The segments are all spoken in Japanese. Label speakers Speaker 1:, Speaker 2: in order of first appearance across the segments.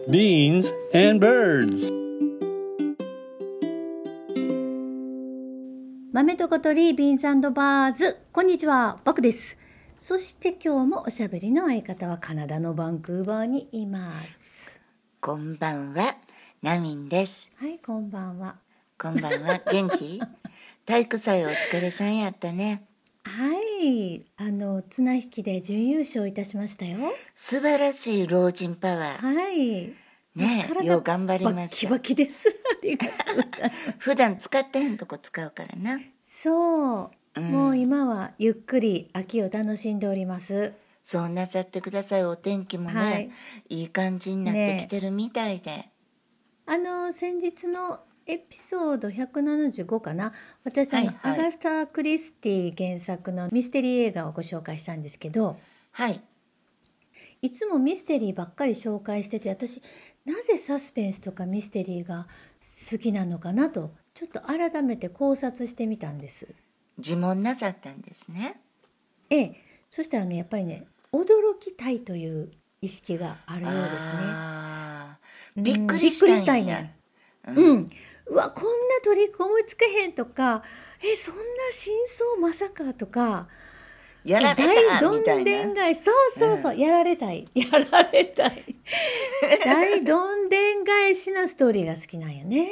Speaker 1: Beans and birds.
Speaker 2: 豆と小鳥ビーンズ&バーズ。こんにちは、バクです。そして今日もおしゃべりの相方はカナダのバンクーバーにいます。
Speaker 3: こんばんは、ナミンです。
Speaker 2: はい、こんばんは。
Speaker 3: こんばんは、元気？体育祭お疲れさんやったね。
Speaker 2: はい、綱引きで準優勝いたしましたよ。
Speaker 3: 素晴らしい老人パワー。
Speaker 2: はい。
Speaker 3: ねえ、よう頑張りました。
Speaker 2: バキバキです。ありがとうございます。
Speaker 3: 普段使ってへんとこ使うからな。
Speaker 2: そう、もう今はゆっくり秋を楽しんでおります。
Speaker 3: そうなさってください。お天気もね、いい感じになってきてるみたいで。
Speaker 2: 先日のエピソード175かな、私アガスタ・クリスティ原作のミステリー映画をご紹介したんですけど、
Speaker 3: はい。
Speaker 2: いつもミステリーばっかり紹介してて、私なぜサスペンスとかミステリーが好きなのかなとちょっと改めて考察してみたんです。
Speaker 3: 自問なさったんですね。
Speaker 2: ええ、そしたらね、やっぱりね、驚きたいという意識があるようですね。
Speaker 3: びっくりしたんやね。
Speaker 2: うわ、こんなトリック思いつけへんとか、そんな真相まさかとか、
Speaker 3: やられたみたいな。
Speaker 2: 大どんでん返し、そう、やられたい大どんでん返しのストーリーが好きなんやね。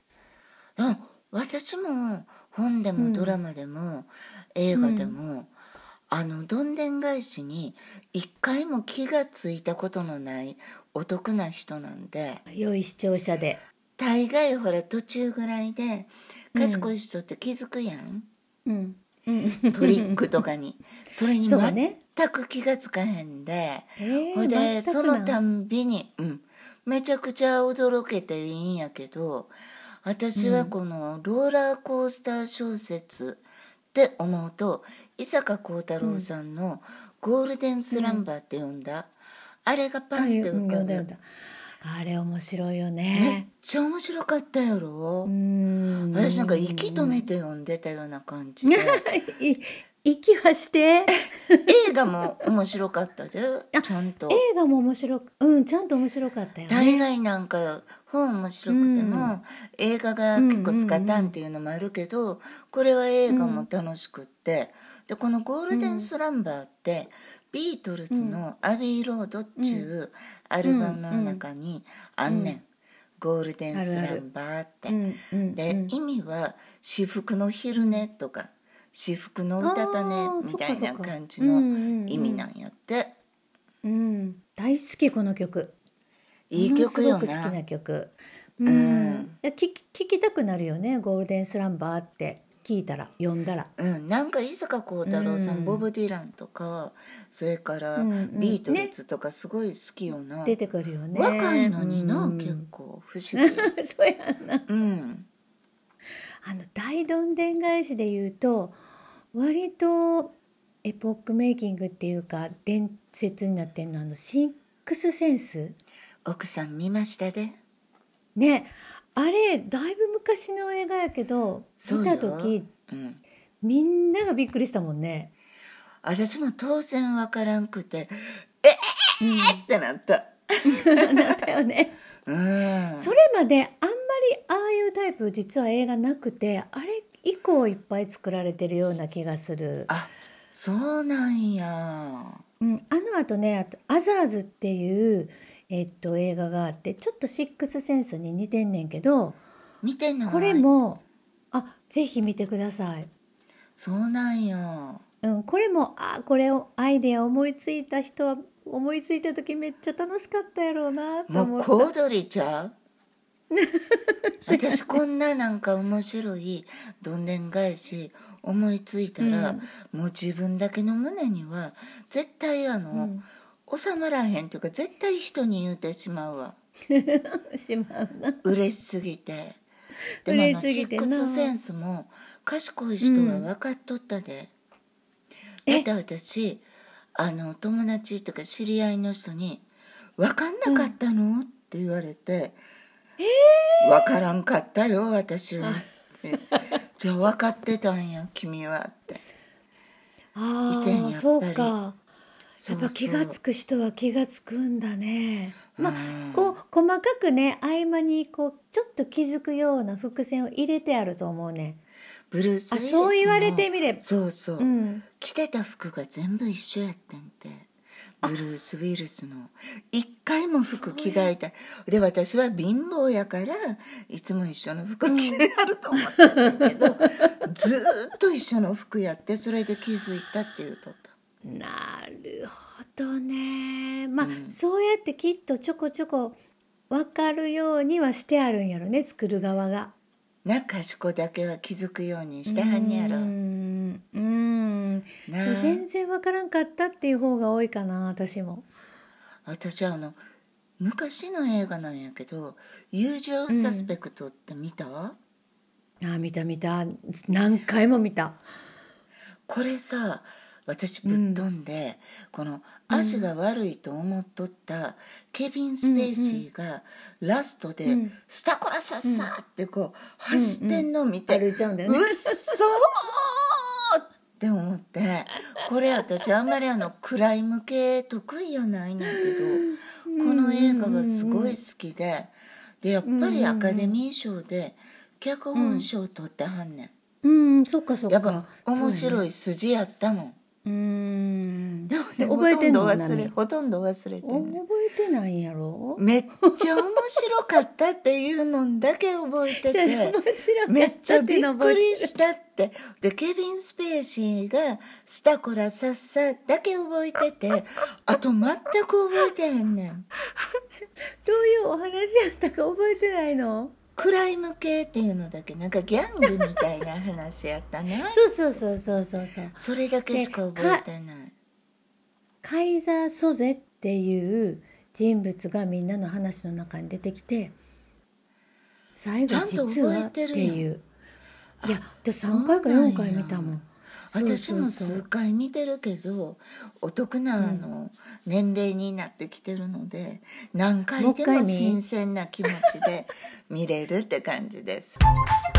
Speaker 3: 私も本でもドラマでも映画でも、どんでん返しに一回も気がついたことのないお得な人なんで、
Speaker 2: 良い視聴者で、
Speaker 3: 大概ほら途中ぐらいで賢い人って気づくやん、トリックとかにそれに全く気がつかへんで、ほいでそのたんびに、めちゃくちゃ驚けていいんやけど、私はこのローラーコースター小説って思うと、伊坂幸太郎さんのゴールデンスランバーって読んだ、あれがパンって浮かぶ。
Speaker 2: あれ面白いよね。
Speaker 3: めっちゃ面白かったやろ。私なんか息止めて読んでたような感じで
Speaker 2: 息はして
Speaker 3: 映画も面白かったで、ちゃんと
Speaker 2: 映画も面白く、ちゃんと面白かったよね。
Speaker 3: 大概なんか本面白くても、映画が結構スカタンっていうのもあるけど、これは映画も楽しくって、でこのゴールデンスランバーって、ビートルズのアビーロードっちゅうアルバムの中にあんねん、ゴールデンスランバーって。で意味は至福の昼寝とか至福の歌だねみたいな感じの意味なんやって。
Speaker 2: 大好きこの曲。
Speaker 3: いい曲よな。
Speaker 2: すごく好きな曲。聞きたくなるよね、ゴールデンスランバーって聞いたら、読んだら。
Speaker 3: なんか伊坂幸太郎さん、ボブ・ディランとか、それからビートルズとかすごい好きよな。
Speaker 2: 出てくるよね。
Speaker 3: 若いのにな、結構不思議。
Speaker 2: そうやな。大どんでん返しで言うと、割とエポックメイキングっていうか伝説になってるのはシックスセンス。
Speaker 3: 奥さん見ましたで
Speaker 2: ね。あれだいぶ昔の映画やけど、見た時、みんながびっくりしたもんね。
Speaker 3: 私も当然わからんくてってなった
Speaker 2: なったよね。それまであんまりああいうタイプ実は映画なくて、あれ以降いっぱい作られてるような気がする。
Speaker 3: あ、そうなんや。
Speaker 2: あとね、アザーズっていう映画があって、ちょっとシックスセンスに似てんねんけど、
Speaker 3: 見てない。
Speaker 2: これもぜひ見てください。
Speaker 3: そうなんや。
Speaker 2: これもこれをアイデア思いついた人は思いついた時めっちゃ楽しかったやろうなと思った。
Speaker 3: もう小躍りちゃう私こんななんか面白いどんでん返し思いついたら、もう自分だけの胸には絶対収まらへんというか、絶対人に言うてしまうわ
Speaker 2: しまうな。
Speaker 3: 嬉しすぎて。でもシックスセンスも賢い人は分かっとったで。だって私友達とか知り合いの人に「分かんなかったの?」って言われて「分からんかったよ私は」って「じゃあ分かってたんや君は」って。
Speaker 2: そうか。 やっぱ気がつく人は気がつくんだね。まあこう細かくね、合間にこうちょっと気づくような伏線を入れてあると思うね。
Speaker 3: ブルース・ウィリス
Speaker 2: そう言われてみれば、
Speaker 3: そうそう、着てた服が全部一緒やってんて。ブルース・ウィルスの一回も服着替えたで、私は貧乏やからいつも一緒の服着てやると思ってたけど、ずっと一緒の服やって、それで気づいたって言うとった。
Speaker 2: なるほどね。まあ、そうやってきっとちょこちょこ分かるようにはしてあるんやろね、作る側が。
Speaker 3: 賢だけは気づくようにしてはんやろ。
Speaker 2: 全然分からんかったっていう方が多いかな、私も。
Speaker 3: 私昔の映画なんやけど「ユージュアル・サスペクト」って見た？
Speaker 2: 見た何回も見た。
Speaker 3: これさ、私ぶっ飛んで、この足が悪いと思っとったケビン・スペーシーがラストでスタコラサッサーってこう走ってんのを見て、
Speaker 2: 歩いちゃうんだよね。
Speaker 3: うっそーって思って、これ私あんまりクライム系得意やないねんけど、この映画はすごい好きで、やっぱりアカデミー賞で脚本賞を取ってはんね
Speaker 2: ん。そっか。
Speaker 3: やっぱ面白い筋やったもん。でもね、
Speaker 2: 覚えてんの？
Speaker 3: ほとんど忘れてんねん。
Speaker 2: 覚えてないんやろ？
Speaker 3: めっちゃ面白かったっていうのだけ覚えててめっちゃびっくりしたって。でケビン・スペーシーがスタコラサッサだけ覚えてて、あと全く覚えてへんねん。
Speaker 2: どういうお話やったか覚えてないの？
Speaker 3: クライム系っていうのだけなんかギャングみたいな話やったな。
Speaker 2: そう
Speaker 3: それだけしか覚えてない。
Speaker 2: カイザー・ソゼっていう人物がみんなの話の中に出てきて、最後実はっていう。いや、3回か4回見たもん。
Speaker 3: 私も数回見てるけど、お得な年齢になってきてるので、何回でも新鮮な気持ちで見れるって感じです。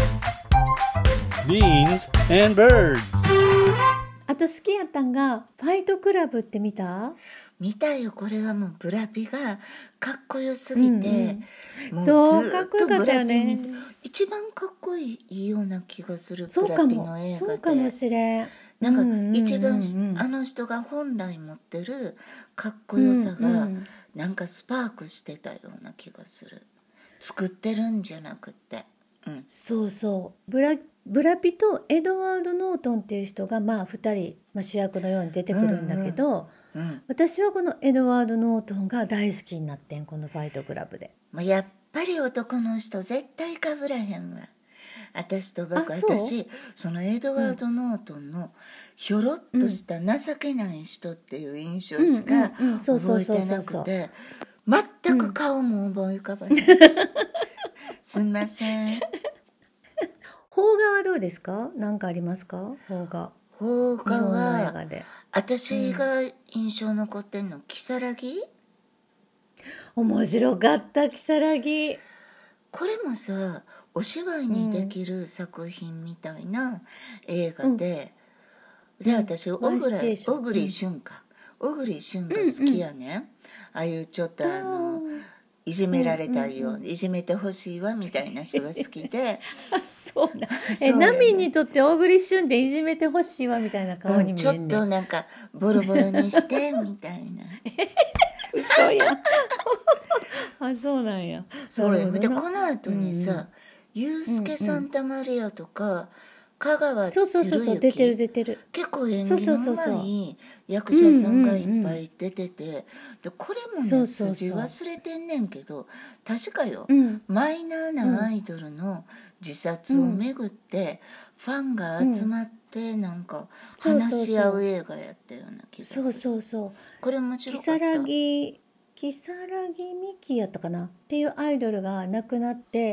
Speaker 1: Beans and Birds。
Speaker 2: あと好きやったんがファイトクラブって見た？
Speaker 3: 見たよ。これはもうブラピがかっこよすぎて、もうずっとブラピ見て、一番かっこいいような気がする。ブラピの映画で
Speaker 2: そうかもしれん。
Speaker 3: なんか一番あの人が本来持ってるかっこよさがなんかスパークしてたような気がする。作ってるんじゃなくて、
Speaker 2: そうブラピとエドワード・ノートンっていう人が2人、主役のように出てくるんだけど、私はこのエドワード・ノートンが大好きになってん、このファイトクラブで。
Speaker 3: やっぱり男の人絶対かぶらへんわ。私そのエドワード・ノートンのひょろっとした情けない人っていう印象しか覚えてなくて、全く顔も思い浮かばない。すんません。
Speaker 2: 邦画はどうですか？何かありますか？邦画は
Speaker 3: 私が印象残ってんの如月。
Speaker 2: 面白かった、如月。
Speaker 3: これもさ、お芝居にできる作品みたいな映画で、私小栗旬が好きやねん。ああいうちょっといじめられたように、いじめてほしいわみたいな人が好きで
Speaker 2: そうだ。ナミにとって小栗旬でいじめてほしいわみたいな顔に見えんねん。
Speaker 3: ちょっとなんかボロボロにしてみたいな。
Speaker 2: 嘘や。そうなんや。
Speaker 3: そうで、この後にさ、ユースケ・サンタマリアとか香川照之、
Speaker 2: 出てる。
Speaker 3: 結構演技のうまい役者さんがいっぱい出てて、でこれもね、筋忘れてんねんけど、確かよ、マイナーなアイドルの自殺をめぐってファンが集まってなんか話し合う映画やったような気がする。これ面白かった。
Speaker 2: 如月美紀やったかなっていうアイドルが亡くなって、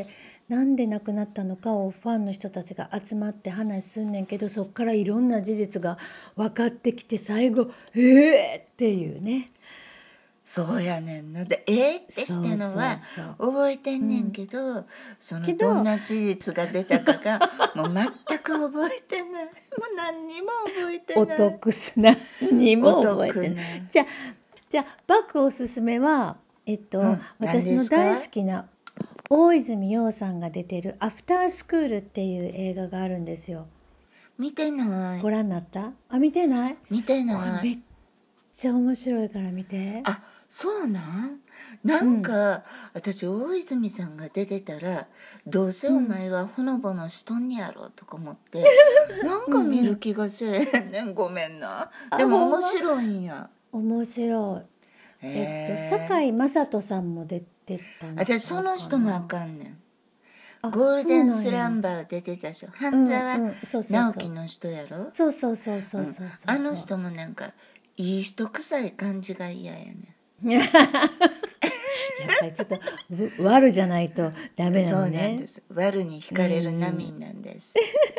Speaker 2: なんで亡くなったのかをファンの人たちが集まって話すんねんけど、そっからいろんな事実が分かってきて、最後っていうね。
Speaker 3: そうやねんなでってしたのは覚えてんねんけど、そのどんな事実が出たかがもう全く覚えてない。もう何にも覚えてない。
Speaker 2: お得す何にも覚えてない。じゃあバックおすすめは私の大好きな大泉洋さんが出てる「アフタースクール」っていう映画があるんですよ。
Speaker 3: 見てない。
Speaker 2: ご覧になった？見てない？
Speaker 3: 見てない。
Speaker 2: これめっちゃ面白いから見て。
Speaker 3: そうなんか、私大泉さんが出てたらどうせお前はほのぼのしとんやろとか思って、なんか見る気がせえへんねん。ごめんな。でも面白いんや。
Speaker 2: 面白い。堺雅人さんも出てたん
Speaker 3: 私その人もあかんねん。ゴールデンスランバー出てた人、半沢直樹の人やろ。
Speaker 2: そう、
Speaker 3: あの人もなんかいい人臭い感じが嫌やねん。
Speaker 2: やっぱりちょっと悪じゃないとダメなのね。
Speaker 3: そうなんです。悪に惹かれる波なんです。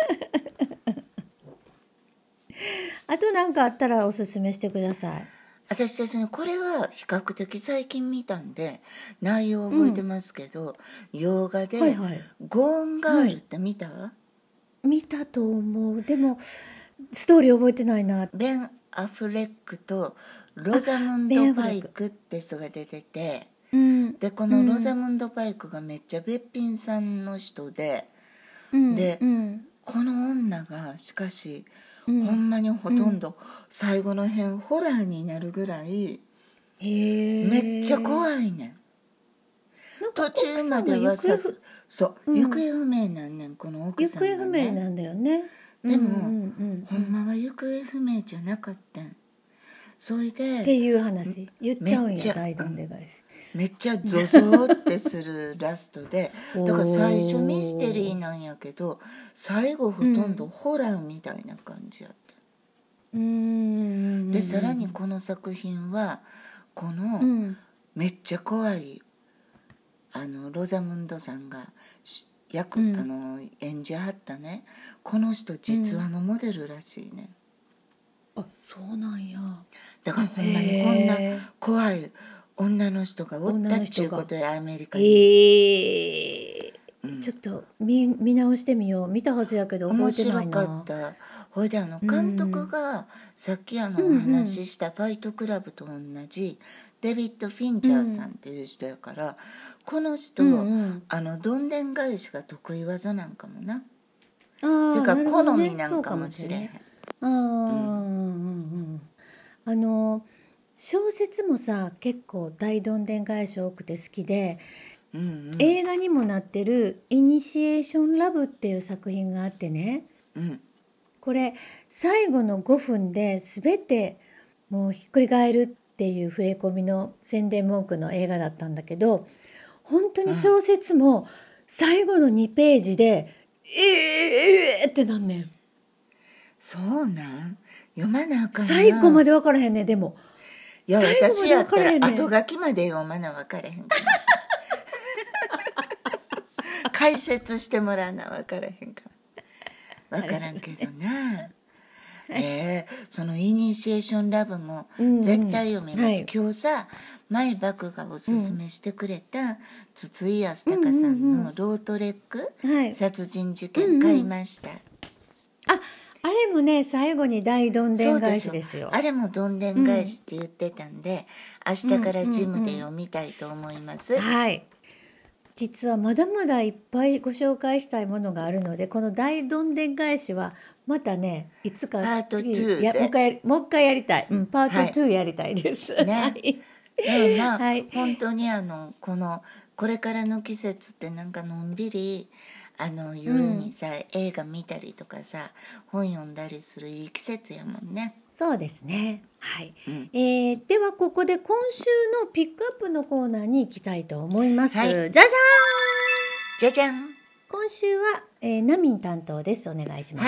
Speaker 2: あと何かあったらおすすめしてください。
Speaker 3: 私たちね、これは比較的最近見たんで内容覚えてますけど、洋画で、ゴーンガールって見た？
Speaker 2: 見たと思う。でもストーリー覚えてないな。
Speaker 3: ベン・アフレックとロザムンド・パイクって人が出てて、でこのロザムンド・パイクがめっちゃべっぴんさんの人で、で、この女がしかしほんまにほとんど最後の辺ホラーになるぐらいめっちゃ怖いねん。途中までは行方不明なんねん、この奥さんがね。
Speaker 2: 行方不明なんだよね。
Speaker 3: でも、ほんまは行方不明じゃなかったん。それで
Speaker 2: っていう話言っちゃうんや、大どんで返し。
Speaker 3: めっちゃゾゾーってするラストでだから最初ミステリーなんやけど最後ほとんどホラーみたいな感じやった。でさらにこの作品はこのめっちゃ怖いロザムンドさんが演じはったね、この人実話のモデルらしいね。
Speaker 2: そうなんや。
Speaker 3: だからほんまにこんな怖い女の人がおったっちゅうことや、アメリカに。
Speaker 2: ちょっと見直してみよう。見たはずやけど覚えてないな。
Speaker 3: 面白かった。ほいで監督がさっきお話しした「ファイトクラブ」と同じデビッド・フィンチャーさんっていう人やから、この人、どんでん返しが得意技なんかもな。てか好みなんかもしれへん。
Speaker 2: 小説もさ結構大どんでん返し多くて好きで、映画にもなってる「イニシエーション・ラブ」っていう作品があってね、これ最後の5分で全てもうひっくり返るっていう触れ込みの宣伝文句の映画だったんだけど、本当に小説も最後の2ページでってなんねん。
Speaker 3: そうなん読まなあかんな。
Speaker 2: 最後まで分からへんね。でも
Speaker 3: いや私やったら後書きまで読まな分からへんかもしれない解説してもらわな分からへんかも分からんけどな。そのイニシエーションラブも絶対読みます、今日さマイバクがおすすめしてくれた筒井康隆さんのロートレック、殺人事件買いました。
Speaker 2: あれもね最後に大どんでん返しですよ。
Speaker 3: あれもどんでん返しって言ってたんで、明日からジムで読みたいと思います。
Speaker 2: 実はまだまだいっぱいご紹介したいものがあるので、この大どんでん返しはまたねいつか次もう一回やりたい、パート2やりたいですね。
Speaker 3: でも本当にこれからの季節ってなんかのんびり夜にさ、映画見たりとかさ本読んだりするいい季節やもんね。
Speaker 2: そうですね。ではここで今週のピックアップのコーナーに行きたいと思います。じゃじゃーん
Speaker 3: じゃじゃん。
Speaker 2: 今週は、ナミン担当です。お願いします。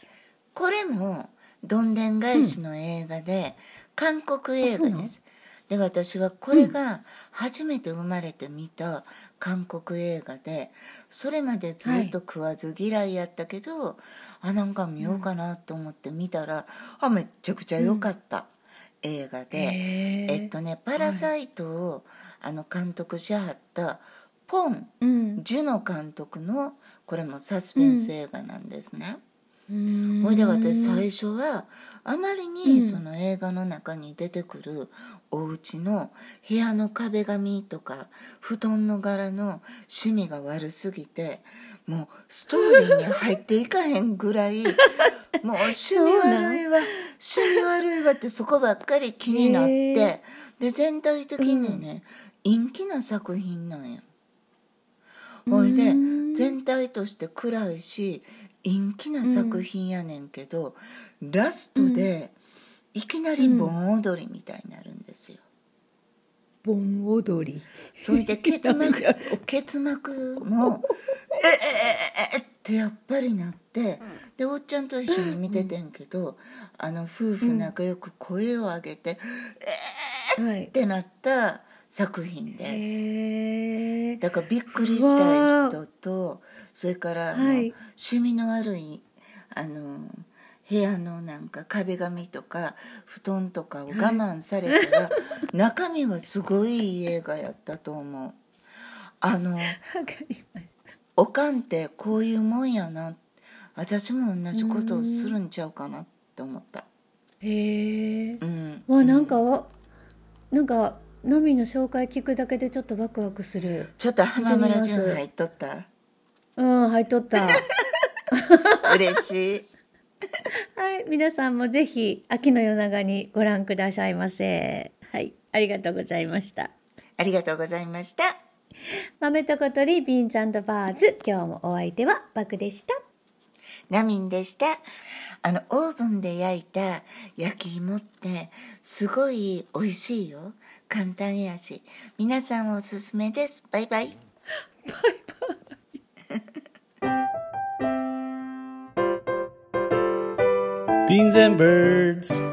Speaker 3: これもどんでん返しの映画で、韓国映画です。で私はこれが初めて生まれて見た韓国映画で、それまでずっと食わず嫌いやったけど、なんか見ようかなと思って見たら、めっちゃくちゃ良かった。 映画で、パラサイトを、監督しはったポン・ジュノ監督のこれもサスペンス映画なんですね。ほいで私最初はあまりにその映画の中に出てくるお家の部屋の壁紙とか布団の柄の趣味が悪すぎて、もうストーリーに入っていかへんぐらいもう趣味悪いわってそこばっかり気になって、で全体的にね、陰気な作品なんよ。ほいで全体として暗いし陰気な作品やねんけど、ラストでいきなり盆踊りみたいになるんですよ。
Speaker 2: 盆踊り。
Speaker 3: それで結膜もってやっぱりなって、でおっちゃんと一緒に見ててんけど、夫婦仲良く声を上げてってなった作品です。だからびっくりした人と、それから趣味の悪い部屋のなんか壁紙とか布団とかを我慢されたら、中身はすごいいい映画やったと思う。おかんってこういうもんやな、私も同じことをするんちゃうかなって思った。
Speaker 2: なんかナミの紹介聞くだけでちょっとワクワクする。
Speaker 3: ちょっと浜村淳入っとった？
Speaker 2: 入っとった
Speaker 3: 嬉しい
Speaker 2: はい、皆さんもぜひ秋の夜長にご覧くださいませ。はい、ありがとうございました。
Speaker 3: ありがとうございました。
Speaker 2: 豆と小鳥ビーンズ&バーズ、今日もお相手はバクでした。
Speaker 3: ナミンでした。オーブンで焼いた焼き芋ってすごい美味しいよ。簡単やし、皆さんおすすめです。バイバイ。
Speaker 2: バイバイ。
Speaker 1: Beans and birds.